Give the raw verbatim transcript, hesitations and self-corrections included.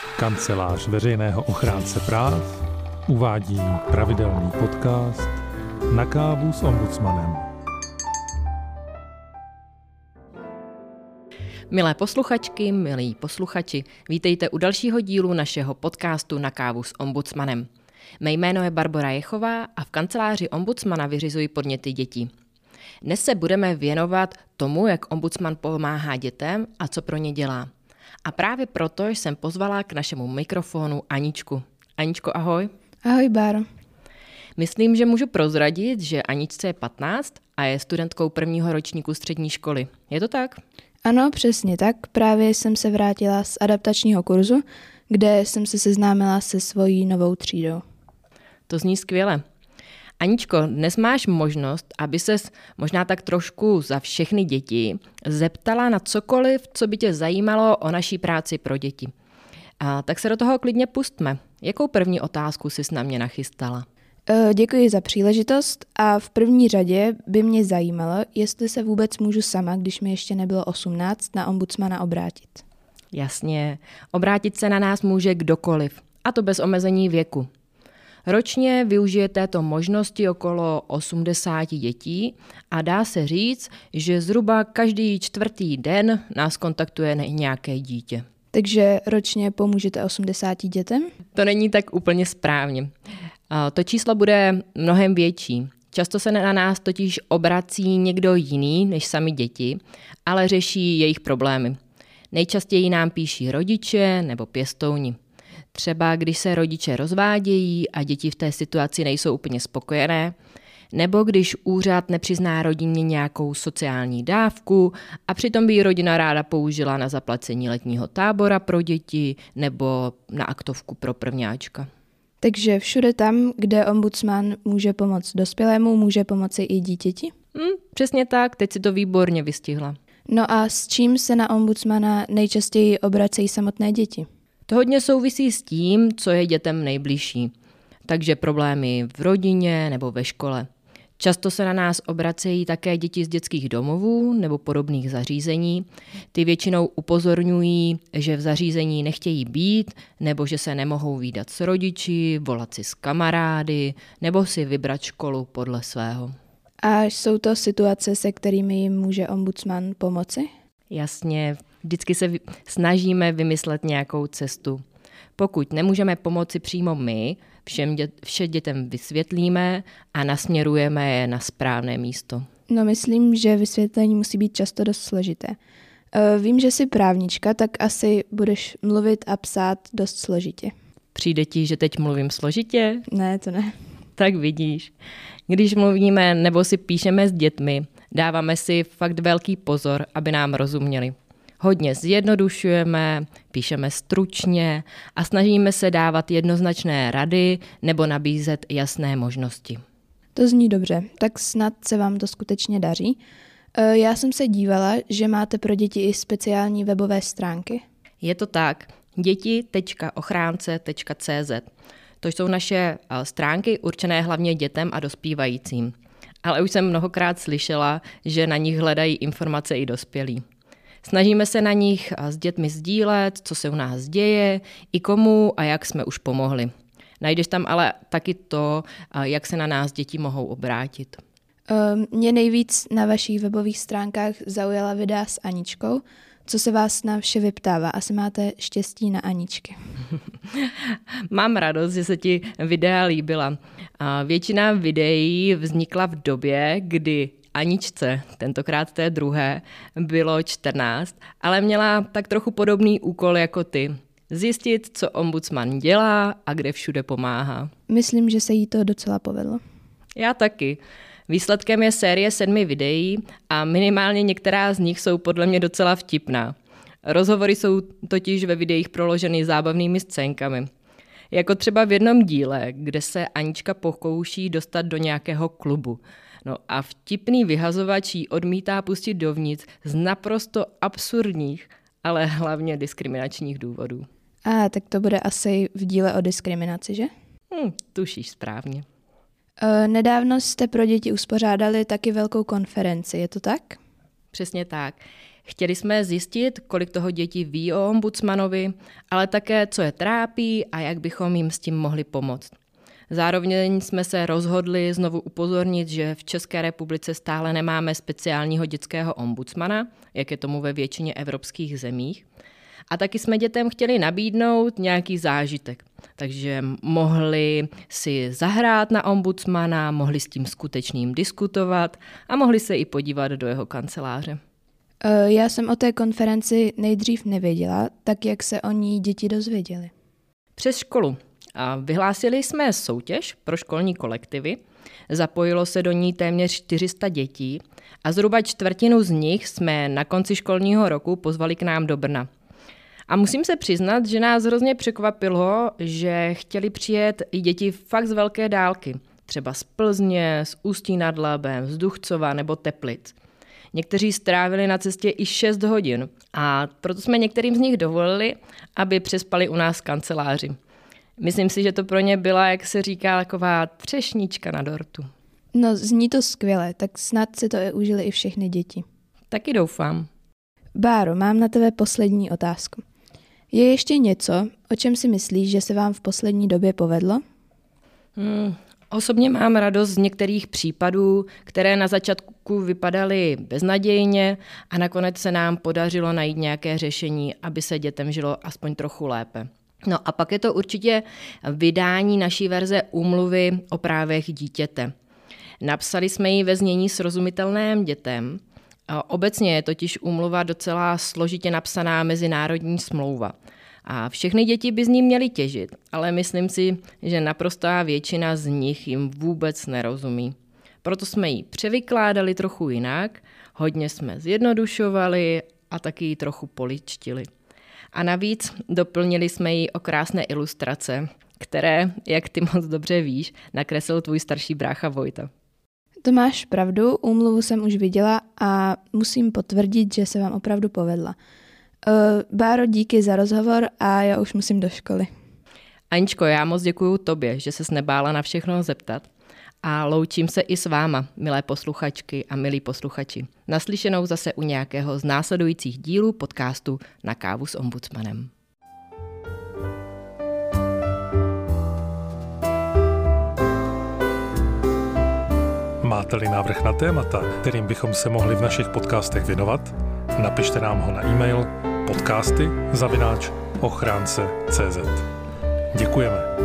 Kancelář veřejného ochránce práv uvádí pravidelný podcast Na kávu s ombudsmanem. Milé posluchačky, milí posluchači, vítejte u dalšího dílu našeho podcastu Na kávu s ombudsmanem. Mé jméno je Barbora Jechová a v kanceláři ombudsmana vyřizuji podněty dětí. Dnes se budeme věnovat tomu, jak ombudsman pomáhá dětem a co pro ně dělá. A právě proto jsem pozvala k našemu mikrofonu Aničku. Aničko, ahoj. Ahoj, Báro. Myslím, že můžu prozradit, že Aničce je patnáct a je studentkou prvního ročníku střední školy. Je to tak? Ano, přesně tak. Právě jsem se vrátila z adaptačního kurzu, kde jsem se seznámila se svojí novou třídou. To zní skvěle. Aničko, dnes máš možnost, aby ses možná tak trošku za všechny děti zeptala na cokoliv, co by tě zajímalo o naší práci pro děti. A tak se do toho klidně pustme. Jakou první otázku jsi na mě nachystala? Děkuji za příležitost a v první řadě by mě zajímalo, jestli se vůbec můžu sama, když mi ještě nebylo osmnáct, na ombudsmana obrátit. Jasně, obrátit se na nás může kdokoliv, a to bez omezení věku. Ročně využije této možnosti okolo osmdesát dětí a dá se říct, že zhruba každý čtvrtý den nás kontaktuje nějaké dítě. Takže ročně pomůžete osmdesáti dětem? To není tak úplně správně. To číslo bude mnohem větší. Často se na nás totiž obrací někdo jiný než sami děti, ale řeší jejich problémy. Nejčastěji nám píší rodiče nebo pěstouni. Třeba když se rodiče rozvádějí a děti v té situaci nejsou úplně spokojené, nebo když úřad nepřizná rodině nějakou sociální dávku a přitom by ji rodina ráda použila na zaplacení letního tábora pro děti nebo na aktovku pro prvňáčka. Takže všude tam, kde ombudsman může pomoct dospělému, může pomoci i dítěti? Hmm, přesně tak, teď si to výborně vystihla. No a s čím se na ombudsmana nejčastěji obracejí samotné děti? To hodně souvisí s tím, co je dětem nejbližší. Takže problémy v rodině nebo ve škole. Často se na nás obracejí také děti z dětských domovů nebo podobných zařízení. Ty většinou upozorňují, že v zařízení nechtějí být, nebo že se nemohou vídat s rodiči, volat si s kamarády, nebo si vybrat školu podle svého. A jsou to situace, se kterými jim může ombudsman pomoci? Jasně, vždycky se snažíme vymyslet nějakou cestu. Pokud nemůžeme pomoci přímo my, všem dě- vše dětem vysvětlíme a nasměrujeme je na správné místo. No myslím, že vysvětlení musí být často dost složité. E, vím, že jsi právnička, tak asi budeš mluvit a psát dost složitě. Přijde ti, že teď mluvím složitě? Ne, to ne. Tak vidíš. Když mluvíme nebo si píšeme s dětmi, dáváme si fakt velký pozor, aby nám rozuměli. Hodně zjednodušujeme, píšeme stručně a snažíme se dávat jednoznačné rady nebo nabízet jasné možnosti. To zní dobře, tak snad se vám to skutečně daří. Já jsem se dívala, že máte pro děti i speciální webové stránky. Je to tak, děti tečka ochránce tečka cé zet. To jsou naše stránky určené hlavně dětem a dospívajícím. Ale už jsem mnohokrát slyšela, že na nich hledají informace i dospělí. Snažíme se na nich s dětmi sdílet, co se u nás děje, i komu a jak jsme už pomohli. Najdeš tam ale taky to, jak se na nás děti mohou obrátit. Mě nejvíc na vašich webových stránkách zaujala videa s Aničkou. Co se vás na vše vyptává? Asi máte štěstí na Aničky. Mám radost, že se ti videa líbila. Většina videí vznikla v době, kdy Aničce, tentokrát té druhé, bylo čtrnáct, ale měla tak trochu podobný úkol jako ty. Zjistit, co ombudsman dělá a kde všude pomáhá. Myslím, že se jí to docela povedlo. Já taky. Výsledkem je série sedmi videí a minimálně některá z nich jsou podle mě docela vtipná. Rozhovory jsou totiž ve videích proloženy zábavnými scénkami. Jako třeba v jednom díle, kde se Anička pokouší dostat do nějakého klubu. No a vtipný vyhazovač jí odmítá pustit dovnitř z naprosto absurdních, ale hlavně diskriminačních důvodů. A tak to bude asi v díle o diskriminaci, že? Hm, tušíš správně. E, nedávno jste pro děti uspořádali taky velkou konferenci, je to tak? Přesně tak. Chtěli jsme zjistit, kolik toho děti ví o ombudsmanovi, ale také, co je trápí a jak bychom jim s tím mohli pomoct. Zároveň jsme se rozhodli znovu upozornit, že v České republice stále nemáme speciálního dětského ombudsmana, jak je tomu ve většině evropských zemích. A taky jsme dětem chtěli nabídnout nějaký zážitek. Takže mohli si zahrát na ombudsmana, mohli s tím skutečným diskutovat a mohli se i podívat do jeho kanceláře. Já jsem o té konferenci nejdřív nevěděla, tak jak se o ní děti dozvěděly. Přes školu. A vyhlásili jsme soutěž pro školní kolektivy, zapojilo se do ní téměř čtyři sta dětí a zhruba čtvrtinu z nich jsme na konci školního roku pozvali k nám do Brna. A musím se přiznat, že nás hrozně překvapilo, že chtěli přijet i děti fakt z velké dálky, třeba z Plzně, z Ústí nad Labem, z Duchcova nebo Teplic. Někteří strávili na cestě i šest hodin a proto jsme některým z nich dovolili, aby přespali u nás v kanceláři. Myslím si, že to pro ně byla, jak se říká, taková třešnička na dortu. No, zní to skvěle, tak snad si to i užili i všechny děti. Taky doufám. Báro, mám na tebe poslední otázku. Je ještě něco, o čem si myslíš, že se vám v poslední době povedlo? Hmm, osobně mám radost z některých případů, které na začátku vypadaly beznadějně a nakonec se nám podařilo najít nějaké řešení, aby se dětem žilo aspoň trochu lépe. No a pak je to určitě vydání naší verze úmluvy o právech dítěte. Napsali jsme ji ve znění srozumitelném dětem. Obecně je totiž úmluva docela složitě napsaná mezinárodní smlouva. A všechny děti by z ní měly těžit, ale myslím si, že naprostá většina z nich jim vůbec nerozumí. Proto jsme ji převykládali trochu jinak, hodně jsme zjednodušovali a taky ji trochu poličtili. A navíc doplnili jsme ji o krásné ilustrace, které, jak ty moc dobře víš, nakreslil tvůj starší brácha Vojta. To máš pravdu, úmluvu jsem už viděla a musím potvrdit, že se vám opravdu povedla. Uh, Báro, díky za rozhovor a já už musím do školy. Aničko, já moc děkuju tobě, že ses nebála na všechno zeptat. A loučím se i s váma, milé posluchačky a milí posluchači. Naslyšenou zase u nějakého z následujících dílů podcastu Na kávu s ombudsmanem. Máte-li návrh na témata, kterým bychom se mohli v našich podcastech věnovat, napište nám ho na e-mail podcasty zavináč ochránce tečka cé zet. Děkujeme.